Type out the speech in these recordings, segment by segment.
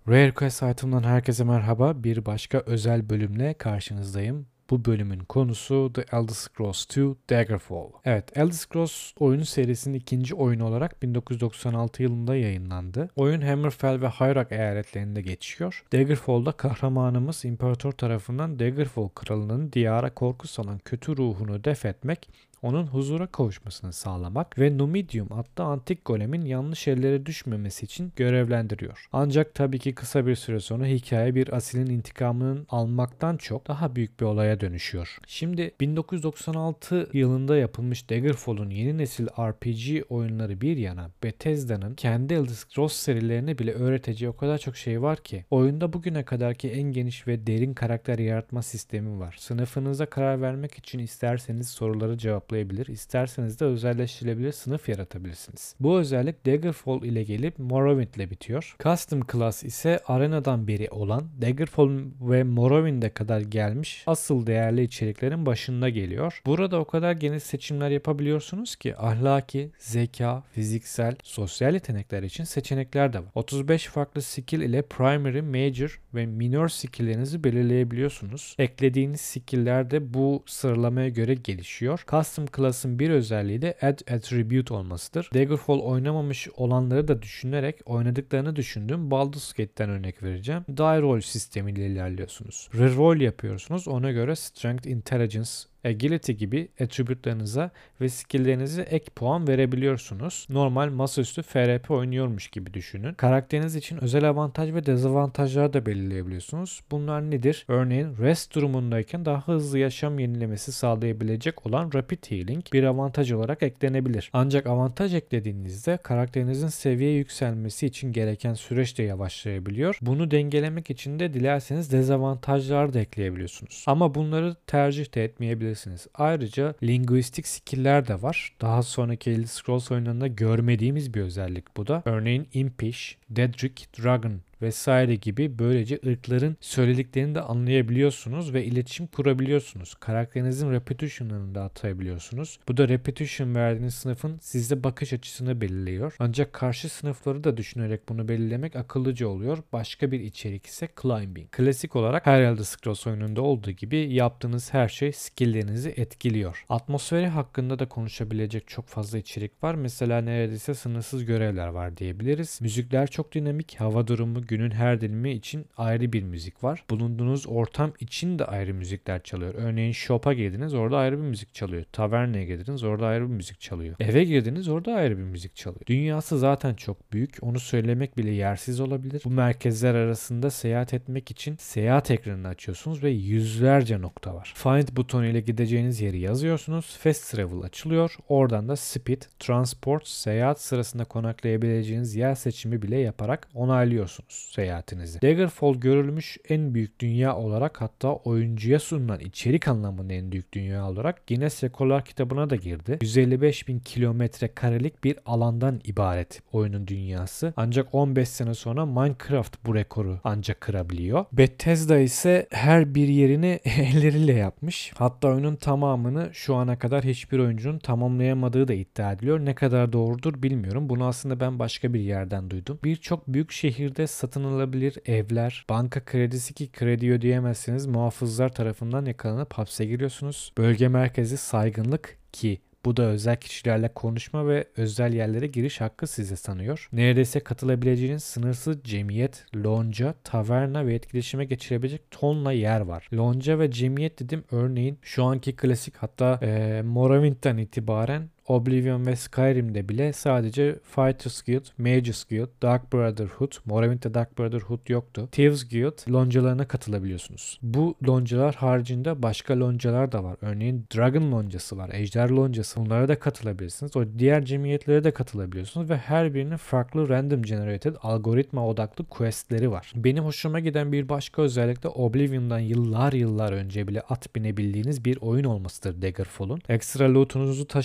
Rare Quest Item'dan herkese merhaba. Bir başka özel bölümle karşınızdayım. Bu bölümün konusu The Elder Scrolls 2 Daggerfall. Evet, Elder Scrolls oyunu serisinin ikinci oyunu olarak 1996 yılında yayınlandı. Oyun Hammerfell ve Hyrule eyaletlerinde geçiyor. Daggerfall'da kahramanımız İmparator tarafından Daggerfall kralının diyara korku salan kötü ruhunu def etmek, onun huzura kavuşmasını sağlamak ve Numidium adlı antik golemin yanlış ellere düşmemesi için görevlendiriyor. Ancak tabii ki kısa bir süre sonra hikaye bir asilin intikamının almaktan çok daha büyük bir olaya dönüşüyor. Şimdi 1996 yılında yapılmış Daggerfall'un yeni nesil RPG oyunları bir yana, Bethesda'nın kendi Elder Scrolls serilerine bile öğreteceği o kadar çok şey var ki, oyunda bugüne kadarki en geniş ve derin karakter yaratma sistemi var. Sınıfınıza karar vermek için isterseniz soruları cevaplayabilir, isterseniz de özelleştirilebilir sınıf yaratabilirsiniz. Bu özellik Daggerfall ile gelip Morrowind ile bitiyor. Custom Class ise arenadan beri olan, Daggerfall ve Morrowind'e kadar gelmiş asıl değerli içeriklerin başında geliyor. Burada o kadar geniş seçimler yapabiliyorsunuz ki ahlaki, zeka, fiziksel, sosyal yetenekler için seçenekler de var. 35 farklı skill ile primary, major ve minor skill'lerinizi belirleyebiliyorsunuz. Eklediğiniz skill'ler de bu sıralamaya göre gelişiyor. Custom Class'ın bir özelliği de Add Attribute olmasıdır. Daggerfall oynamamış olanları da düşünerek oynadıklarını düşündüğüm Baldur's Gate'den örnek vereceğim. Die Roll sistemiyle ilerliyorsunuz. Reroll yapıyorsunuz. Ona göre Strength, Intelligence, Agility gibi attribute'larınıza ve skill'lerinize ek puan verebiliyorsunuz. Normal masaüstü FRP oynuyormuş gibi düşünün. Karakteriniz için özel avantaj ve dezavantajlar da belirleyebiliyorsunuz. Bunlar nedir? Örneğin rest durumundayken daha hızlı yaşam yenilemesi sağlayabilecek olan Rapid Healing bir avantaj olarak eklenebilir. Ancak avantaj eklediğinizde karakterinizin seviye yükselmesi için gereken süreç de yavaşlayabiliyor. Bunu dengelemek için de dilerseniz dezavantajlar da ekleyebiliyorsunuz. Ama bunları tercih de etmeyebilirsiniz. Ayrıca linguistik skill'ler de var. Daha sonraki Elder Scrolls oyunlarında görmediğimiz bir özellik bu da. Örneğin Impish, Daedric, Dragon vesaire gibi böylece ırkların söylediklerini de anlayabiliyorsunuz ve iletişim kurabiliyorsunuz. Karakterinizin repetition'ını da atayabiliyorsunuz. Bu da repetition verdiğiniz sınıfın sizde bakış açısını belirliyor. Ancak karşı sınıfları da düşünerek bunu belirlemek akıllıca oluyor. Başka bir içerik ise climbing. Klasik olarak her Elder Scrolls oyununda olduğu gibi yaptığınız her şey skill'lerinizi etkiliyor. Atmosferi hakkında da konuşabilecek çok fazla içerik var. Mesela neredeyse sınırsız görevler var diyebiliriz. Müzikler çok dinamik. Hava durumu, günün her dilimi için ayrı bir müzik var. Bulunduğunuz ortam için de ayrı müzikler çalıyor. Örneğin shop'a girdiniz, orada ayrı bir müzik çalıyor. Taverneye girdiniz, orada ayrı bir müzik çalıyor. Eve girdiniz, orada ayrı bir müzik çalıyor. Dünyası zaten çok büyük. Onu söylemek bile yersiz olabilir. Bu merkezler arasında seyahat etmek için seyahat ekranını açıyorsunuz ve yüzlerce nokta var. Find butonu ile gideceğiniz yeri yazıyorsunuz. Fast travel açılıyor. Oradan da speed, transport, seyahat sırasında konaklayabileceğiniz yer seçimi bile yaparak onaylıyorsunuz seyahatinizi. Daggerfall görülmüş en büyük dünya olarak, hatta oyuncuya sunulan içerik anlamında en büyük dünya olarak Guinness Rekorlar kitabına da girdi. 155 bin kilometre karelik bir alandan ibaret oyunun dünyası. Ancak 15 sene sonra Minecraft bu rekoru ancak kırabiliyor. Bethesda ise her bir yerini elleriyle yapmış. Hatta oyunun tamamını şu ana kadar hiçbir oyuncunun tamamlayamadığı da iddia ediliyor. Ne kadar doğrudur bilmiyorum. Bunu aslında ben başka bir yerden duydum. Birçok büyük şehirde satın alabilir evler, banka kredisi ki kredi ödeyemezseniz muhafızlar tarafından yakalanıp hapse giriyorsunuz. Bölge merkezi saygınlık ki bu da özel kişilerle konuşma ve özel yerlere giriş hakkı size sanıyor. Neredeyse katılabileceğiniz sınırsız cemiyet, lonca, taverna ve etkileşime geçirebilecek tonla yer var. Lonca ve cemiyet dedim, örneğin şu anki klasik, hatta Morrowind'den itibaren Oblivion ve Skyrim'de bile sadece Fighters Guild, Mages Guild, Dark Brotherhood, Morrowind'de Dark Brotherhood yoktu. Thieves Guild loncalarına katılabiliyorsunuz. Bu loncalar haricinde başka loncalar da var. Örneğin Dragon loncası var, Ejder loncası. Bunlara da katılabilirsiniz. O diğer cemiyetlere de katılabiliyorsunuz ve her birinin farklı random generated algoritma odaklı questleri var. Benim hoşuma giden bir başka özellik de Oblivion'dan yıllar önce bile at binebildiğiniz bir oyun olmasıdır Daggerfall'un. Ekstra loot'unuzu taşıyabileceğiniz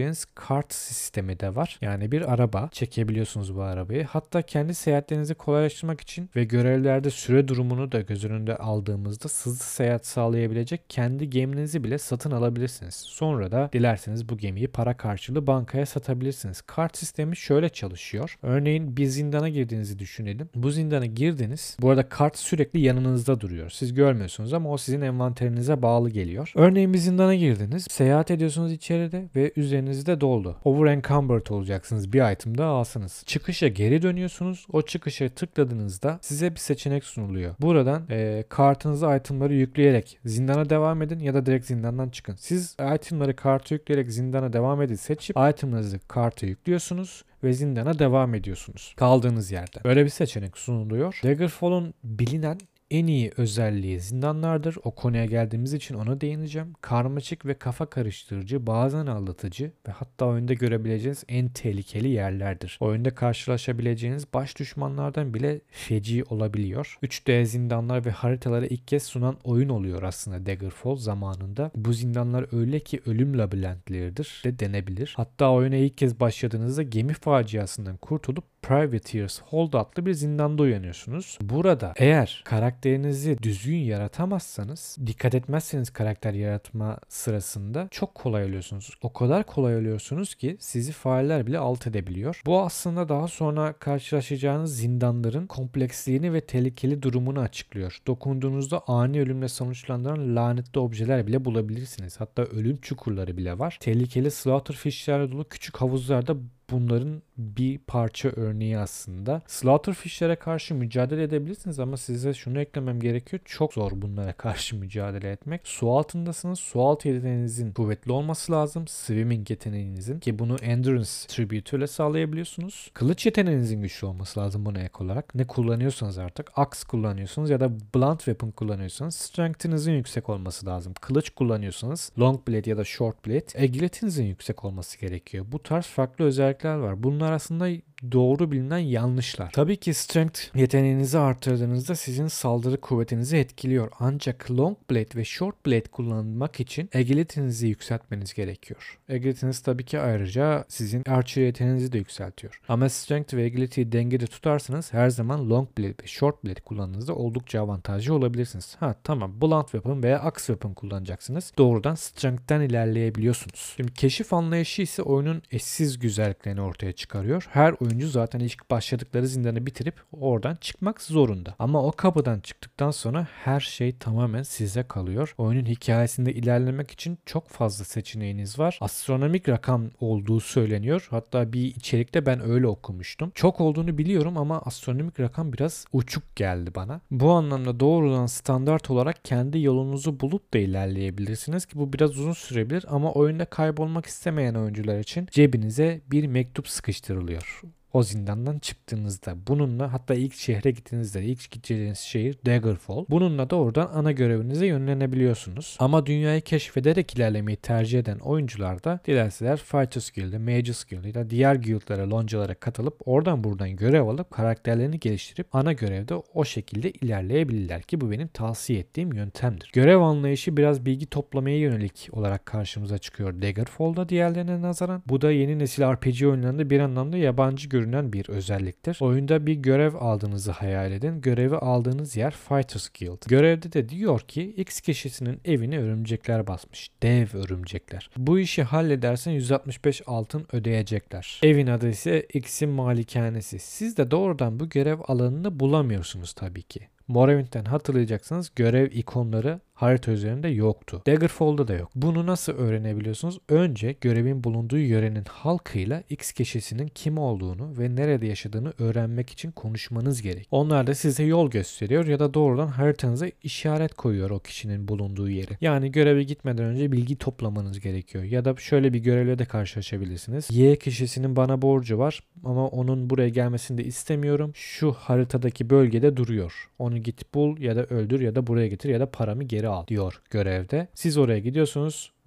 kullanabileceğiniz kart sistemi de var. Yani bir araba çekebiliyorsunuz bu arabayı. Hatta kendi seyahatlerinizi kolaylaştırmak için ve görevlerde süre durumunu da göz önünde aldığımızda hızlı seyahat sağlayabilecek kendi geminizi bile satın alabilirsiniz. Sonra da dilerseniz bu gemiyi para karşılığı bankaya satabilirsiniz. Kart sistemi şöyle çalışıyor. Örneğin bir zindana girdiğinizi düşünelim. Bu zindana girdiniz. Bu arada kart sürekli yanınızda duruyor. Siz görmüyorsunuz ama o sizin envanterinize bağlı geliyor. Örneğin bir zindana girdiniz. Seyahat ediyorsunuz içeride ve üzerinizde doldu. Over encumbered olacaksınız. Bir item daha alsanız. Çıkışa geri dönüyorsunuz. O çıkışa tıkladığınızda size bir seçenek sunuluyor. Buradan kartınıza itemları yükleyerek zindana devam edin ya da direkt zindandan çıkın. Siz itemları karta yükleyerek zindana devam edin seçip itemlarınızı karta yüklüyorsunuz ve zindana devam ediyorsunuz. Kaldığınız yerde. Böyle bir seçenek sunuluyor. Daggerfall'un bilinen en iyi özelliği zindanlardır. O konuya geldiğimiz için ona değineceğim. Karmaşık ve kafa karıştırıcı, bazen aldatıcı ve hatta oyunda görebileceğiniz en tehlikeli yerlerdir. Oyunda karşılaşabileceğiniz baş düşmanlardan bile feci olabiliyor. 3D zindanlar ve haritaları ilk kez sunan oyun oluyor aslında Daggerfall zamanında. Bu zindanlar öyle ki ölüm labirentleridir de denebilir. Hatta oyuna ilk kez başladığınızda gemi faciasından kurtulup Privateer's Hold adlı bir zindanda uyanıyorsunuz. Burada eğer karakterinizi düzgün yaratamazsanız, dikkat etmezseniz karakter yaratma sırasında çok kolay ölüyorsunuz. O kadar kolay ölüyorsunuz ki sizi fareler bile alt edebiliyor. Bu aslında daha sonra karşılaşacağınız zindanların kompleksliğini ve tehlikeli durumunu açıklıyor. Dokunduğunuzda ani ölümle sonuçlandıran lanetli objeler bile bulabilirsiniz. Hatta ölüm çukurları bile var. Tehlikeli slaughterfish'lerle dolu küçük havuzlarda bunların bir parça örneği aslında. Slaughterfish'lere karşı mücadele edebilirsiniz ama size şunu eklemem gerekiyor. Çok zor bunlara karşı mücadele etmek. Su altındasınız. Su altı yeteneğinizin kuvvetli olması lazım. Swimming yeteneğinizin ki bunu Endurance Tribute ile sağlayabiliyorsunuz. Kılıç yeteneğinizin güçlü olması lazım buna ek olarak. Ne kullanıyorsanız artık. Axe kullanıyorsunuz ya da Blunt Weapon kullanıyorsanız Strength'inizin yüksek olması lazım. Kılıç kullanıyorsanız Long Blade ya da Short Blade Agility'nizin yüksek olması gerekiyor. Bu tarz farklı özellikler var. Bunlar aslında doğru bilinen yanlışlar. Tabii ki strength yeteneğinizi arttırdığınızda sizin saldırı kuvvetinizi etkiliyor. Ancak long blade ve short blade kullanmak için agility'nizi yükseltmeniz gerekiyor. Agility'niz tabii ki ayrıca sizin archer yeteneğinizi de yükseltiyor. Ama strength ve agility'yi dengede tutarsanız her zaman long blade ve short blade kullandığınızda oldukça avantajlı olabilirsiniz. Tamam, blunt weapon veya axe weapon kullanacaksınız. Doğrudan strength'ten ilerleyebiliyorsunuz. Şimdi keşif anlayışı ise oyunun eşsiz güzelliklerini ortaya çıkarıyor. Her oyuncu zaten ilk başladıkları zindanı bitirip oradan çıkmak zorunda. Ama o kapıdan çıktıktan sonra her şey tamamen size kalıyor. Oyunun hikayesinde ilerlemek için çok fazla seçeneğiniz var. Astronomik rakam olduğu söyleniyor. Hatta bir içerikte ben öyle okumuştum. Çok olduğunu biliyorum ama astronomik rakam biraz uçuk geldi bana. Bu anlamda doğrudan standart olarak kendi yolunuzu bulup da ilerleyebilirsiniz ki bu biraz uzun sürebilir ama oyunda kaybolmak istemeyen oyuncular için cebinize bir mektup sıkıştırılıyor. O zindandan çıktığınızda bununla, hatta ilk şehre gittiğinizde ilk gideceğiniz şehir Daggerfall. Bununla da oradan ana görevinize yönlenebiliyorsunuz. Ama dünyayı keşfederek ilerlemeyi tercih eden oyuncular da dilerseler Fighters Guild'e, Mages Guild'e ya da diğer guildlara, loncalara katılıp oradan buradan görev alıp karakterlerini geliştirip ana görevde o şekilde ilerleyebilirler ki bu benim tavsiye ettiğim yöntemdir. Görev anlayışı biraz bilgi toplamaya yönelik olarak karşımıza çıkıyor Daggerfall'da diğerlerine nazaran. Bu da yeni nesil RPG oyunlarında bir anlamda yabancı görünen bir özelliktir. Oyunda bir görev aldığınızı hayal edin. Görevi aldığınız yer Fighters Guild. Görevde de diyor ki X kişisinin evine örümcekler basmış. Dev örümcekler. Bu işi halledersen 165 altın ödeyecekler. Evin adı ise X'in malikanesi. Siz de doğrudan bu görev alanını bulamıyorsunuz tabii ki. Morrowind'den hatırlayacaksınız, görev ikonları harita üzerinde yoktu. Daggerfall'da da yok. Bunu nasıl öğrenebiliyorsunuz? Önce görevin bulunduğu yörenin halkıyla X kişisinin kim olduğunu ve nerede yaşadığını öğrenmek için konuşmanız gerek. Onlar da size yol gösteriyor ya da doğrudan haritanıza işaret koyuyor o kişinin bulunduğu yeri. Yani göreve gitmeden önce bilgi toplamanız gerekiyor. Ya da şöyle bir görevle de karşılaşabilirsiniz. Y kişisinin bana borcu var ama onun buraya gelmesini de istemiyorum. Şu haritadaki bölgede duruyor. Onu git bul ya da öldür ya da buraya getir ya da paramı geri al diyor görevde. Siz oraya gidiyorsunuz ve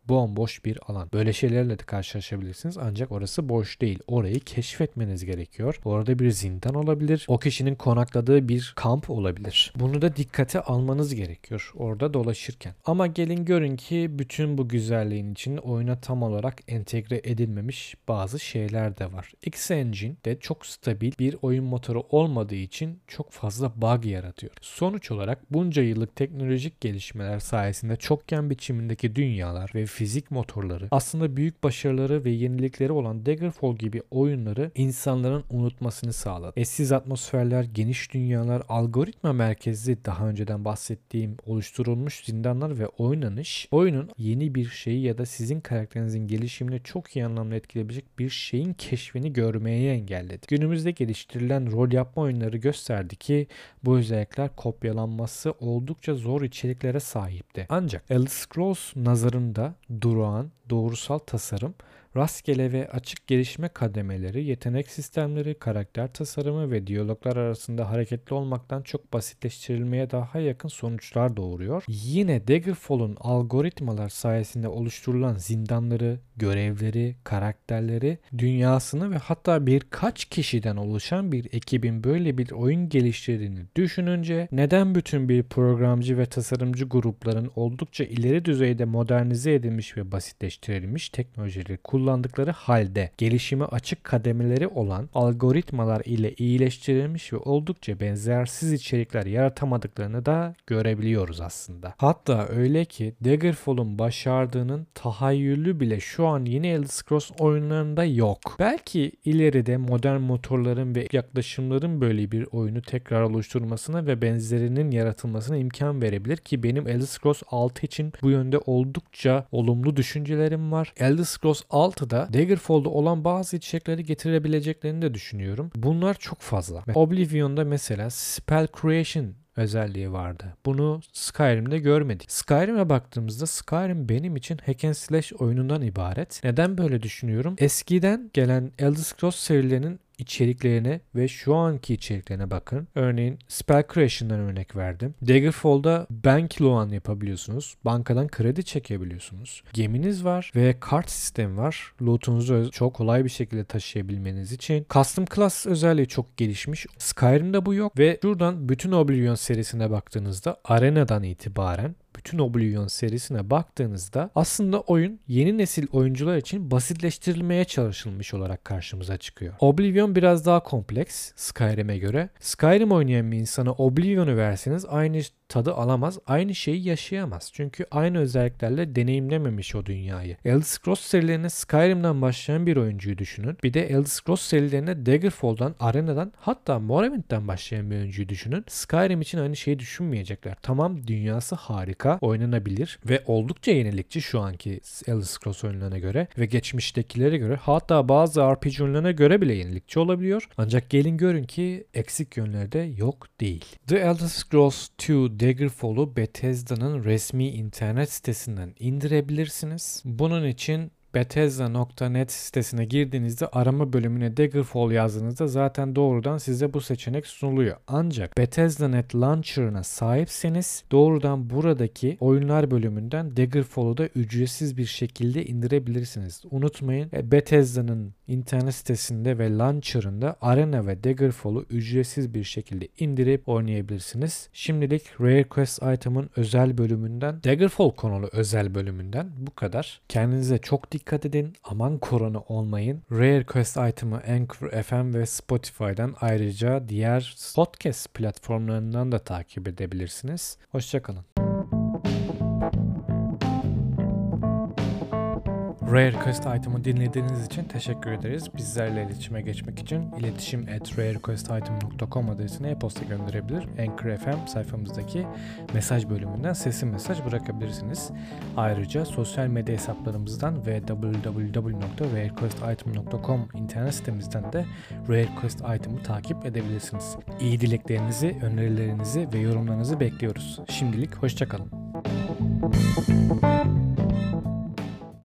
Bomboş bir alan. Böyle şeylerle de karşılaşabilirsiniz ancak orası boş değil. Orayı keşfetmeniz gerekiyor. Orada bir zindan olabilir. O kişinin konakladığı bir kamp olabilir. Bunu da dikkate almanız gerekiyor orada dolaşırken. Ama gelin görün ki bütün bu güzelliğin için oyuna tam olarak entegre edilmemiş bazı şeyler de var. X-Engine de çok stabil bir oyun motoru olmadığı için çok fazla bug yaratıyor. Sonuç olarak bunca yıllık teknolojik gelişmeler sayesinde çokgen biçimindeki dünyalar ve fizik motorları aslında büyük başarıları ve yenilikleri olan Daggerfall gibi oyunları insanların unutmasını sağladı. Eşsiz atmosferler, geniş dünyalar, algoritma merkezli daha önceden bahsettiğim oluşturulmuş zindanlar ve oynanış oyunun yeni bir şeyi ya da sizin karakterinizin gelişimini çok iyi anlamda etkileyebilecek bir şeyin keşfini görmeye engelledi. Günümüzde geliştirilen rol yapma oyunları gösterdi ki bu özellikler kopyalanması oldukça zor içeriklere sahipti. Ancak Elder Scrolls nazarında durağan, doğrusal tasarım, rastgele ve açık gelişme kademeleri, yetenek sistemleri, karakter tasarımı ve diyaloglar arasında hareketli olmaktan çok basitleştirilmeye daha yakın sonuçlar doğuruyor. Yine Daggerfall'un algoritmalar sayesinde oluşturulan zindanları, görevleri, karakterleri, dünyasını ve hatta birkaç kişiden oluşan bir ekibin böyle bir oyun geliştirdiğini düşününce neden bütün bir programcı ve tasarımcı grupların oldukça ileri düzeyde modernize edilmiş ve basitleştirilmiş teknolojileri kullandıkları halde gelişimi açık kademeleri olan algoritmalar ile iyileştirilmiş ve oldukça benzersiz içerikler yaratamadıklarını da görebiliyoruz aslında. Hatta öyle ki Daggerfall'un başardığının tahayyülü bile şu an yeni Elder Scrolls oyunlarında yok. Belki ileride modern motorların ve yaklaşımların böyle bir oyunu tekrar oluşturmasına ve benzerinin yaratılmasına imkan verebilir ki benim Elder Scrolls 6 için bu yönde oldukça olumlu düşüncelerim var. Elder Scrolls 6'da Daggerfall'da olan bazı içerikleri getirebileceklerini de düşünüyorum. Bunlar çok fazla. Oblivion'da mesela Spell Creation özelliği vardı. Bunu Skyrim'de görmedik. Skyrim'e baktığımızda Skyrim benim için hack and slash oyunundan ibaret. Neden böyle düşünüyorum? Eskiden gelen Elder Scrolls serilerinin içeriklerine ve şu anki içeriklerine bakın. Örneğin Spell Creation'dan örnek verdim. Daggerfall'da bank loan yapabiliyorsunuz. Bankadan kredi çekebiliyorsunuz. Geminiz var ve kart sistemi var. Loot'unuzu çok kolay bir şekilde taşıyabilmeniz için. Custom Class özelliği çok gelişmiş. Skyrim'de bu yok ve şuradan bütün Oblivion serisine baktığınızda arenadan itibaren bütün Oblivion serisine baktığınızda aslında oyun yeni nesil oyuncular için basitleştirilmeye çalışılmış olarak karşımıza çıkıyor. Oblivion biraz daha kompleks Skyrim'e göre. Skyrim oynayan bir insana Oblivion'u verseniz aynı tadı alamaz, aynı şeyi yaşayamaz. Çünkü aynı özelliklerle deneyimlememiş o dünyayı. Elder Scrolls serilerine Skyrim'den başlayan bir oyuncuyu düşünün. Bir de Elder Scrolls serilerine Daggerfall'dan, Arena'dan hatta Morrowind'den başlayan bir oyuncuyu düşünün. Skyrim için aynı şeyi düşünmeyecekler. Tamam, dünyası harika, oynanabilir ve oldukça yenilikçi şu anki Elder Scrolls oyunlarına göre ve geçmiştekilere göre, hatta bazı RPG oyunlarına göre bile yenilikçi olabiliyor. Ancak gelin görün ki eksik yönleri de yok değil. The Elder Scrolls 2 Daggerfall'u Bethesda'nın resmi internet sitesinden indirebilirsiniz. Bunun için Bethesda.net sitesine girdiğinizde arama bölümüne Daggerfall yazdığınızda zaten doğrudan size bu seçenek sunuluyor. Ancak Bethesda.net Launcher'ına sahipseniz doğrudan buradaki oyunlar bölümünden Daggerfall'u da ücretsiz bir şekilde indirebilirsiniz. Unutmayın, Bethesda'nın internet sitesinde ve Launcher'ında Arena ve Daggerfall'u ücretsiz bir şekilde indirip oynayabilirsiniz. Şimdilik Rare Quest Item'ın özel bölümünden, Daggerfall konulu özel bölümünden bu kadar. Kendinize çok dikkat edin. Aman korona olmayın. Rare Quest Item'ı Anchor FM ve Spotify'dan, ayrıca diğer podcast platformlarından da takip edebilirsiniz. Hoşçakalın. Rare Quest Item'ı dinlediğiniz için teşekkür ederiz. Bizlerle iletişime geçmek için iletişim@rarequestitem.com adresine e-posta gönderebilir. Anchor FM sayfamızdaki mesaj bölümünden sesli mesaj bırakabilirsiniz. Ayrıca sosyal medya hesaplarımızdan ve www.rarequestitem.com internet sitemizden de Rare Quest Item'ı takip edebilirsiniz. İyi dileklerinizi, önerilerinizi ve yorumlarınızı bekliyoruz. Şimdilik hoşçakalın.